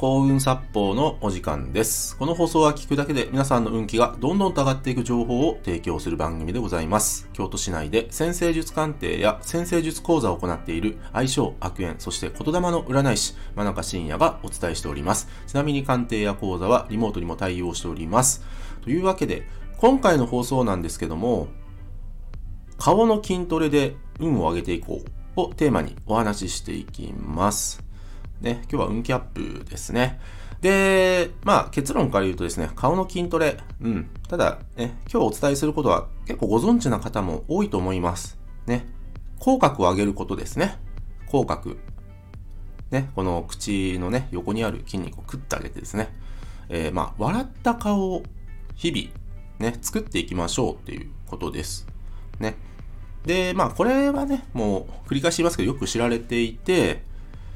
幸運殺法のお時間です。この放送は聞くだけで皆さんの運気がどんどんと上がっていく情報を提供する番組でございます。京都市内で占星術鑑定や占星術講座を行っている相性悪縁、そして言霊の占い師、真中信也がお伝えしております。ちなみに鑑定や講座はリモートにも対応しております。というわけで、今回の放送なんですけども、顔の筋トレで運を上げていこうをテーマにお話ししていきます。ね、今日は運気アップですね。で、結論から言うとですね、顔の筋トレ、ただね、今日お伝えすることは結構ご存知な方も多いと思います。ね、口角を上げることですね。口角。ね、この口のね、横にある筋肉をクッと上げてですね、笑った顔を日々ね、作っていきましょうっていうことです。ね。で、これはね、もう繰り返し言いますけど、よく知られていて、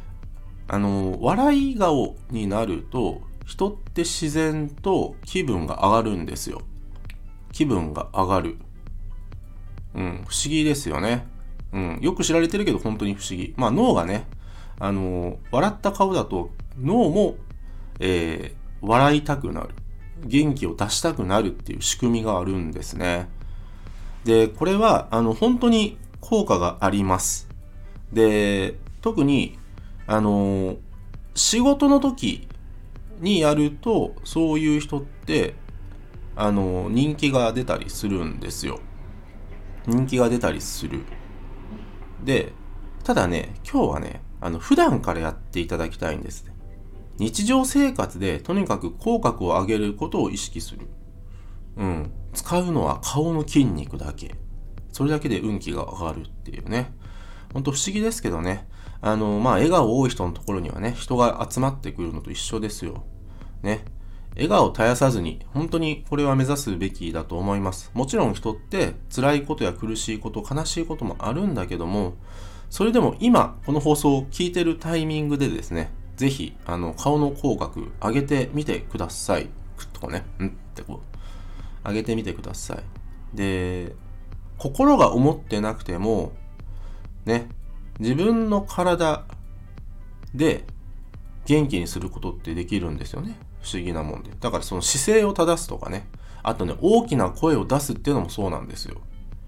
笑い顔になると、人って自然と気分が上がるんですよ。気分が上がる。不思議ですよね。よく知られてるけど本当に不思議。脳がね、笑った顔だと脳も、笑いたくなる。元気を出したくなるっていう仕組みがあるんですね。で、これは、本当に効果があります。で、特に、仕事の時にやると、そういう人って、人気が出たりするんですよ。人気が出たりする。で、ただね、今日はね、普段からやっていただきたいんですね。日常生活でとにかく口角を上げることを意識する。使うのは顔の筋肉だけ。それだけで運気が上がるっていうね。ほんと不思議ですけどね。笑顔多い人のところにはね、人が集まってくるのと一緒ですよ。ね。笑顔を絶やさずに、本当にこれは目指すべきだと思います。もちろん人って辛いことや苦しいこと、悲しいこともあるんだけども、それでも今、この放送を聞いてるタイミングでですね、ぜひ、顔の口角上げてみてください。くっとこうね、ってこう、上げてみてください。で、心が思ってなくても、ね、自分の体で元気にすることってできるんですよね。不思議なもんで。だからその姿勢を正すとかね、あとね、大きな声を出すっていうのもそうなんですよ。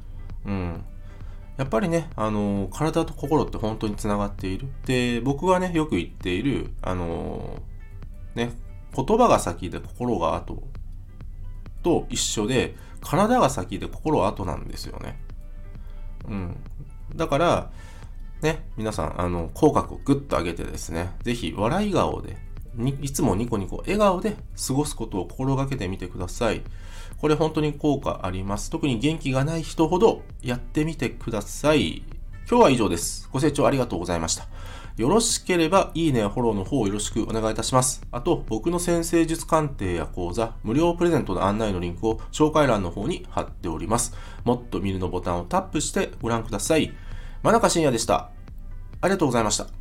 やっぱりね、体と心って本当につながっている。で、僕がね、よく言っている、言葉が先で心が後と一緒で、体が先で心は後なんですよね。だから、ね、皆さん、口角をグッと上げてですね、ぜひ笑い顔で、いつもニコニコ笑顔で過ごすことを心がけてみてください。これ本当に効果あります。特に元気がない人ほどやってみてください。今日は以上です。ご清聴ありがとうございました。よろしければいいねやフォローの方よろしくお願いいたします。あと、僕の占星術鑑定や講座、無料プレゼントの案内のリンクを紹介欄の方に貼っております。もっと見るのボタンをタップしてご覧ください。真中信也でした。ありがとうございました。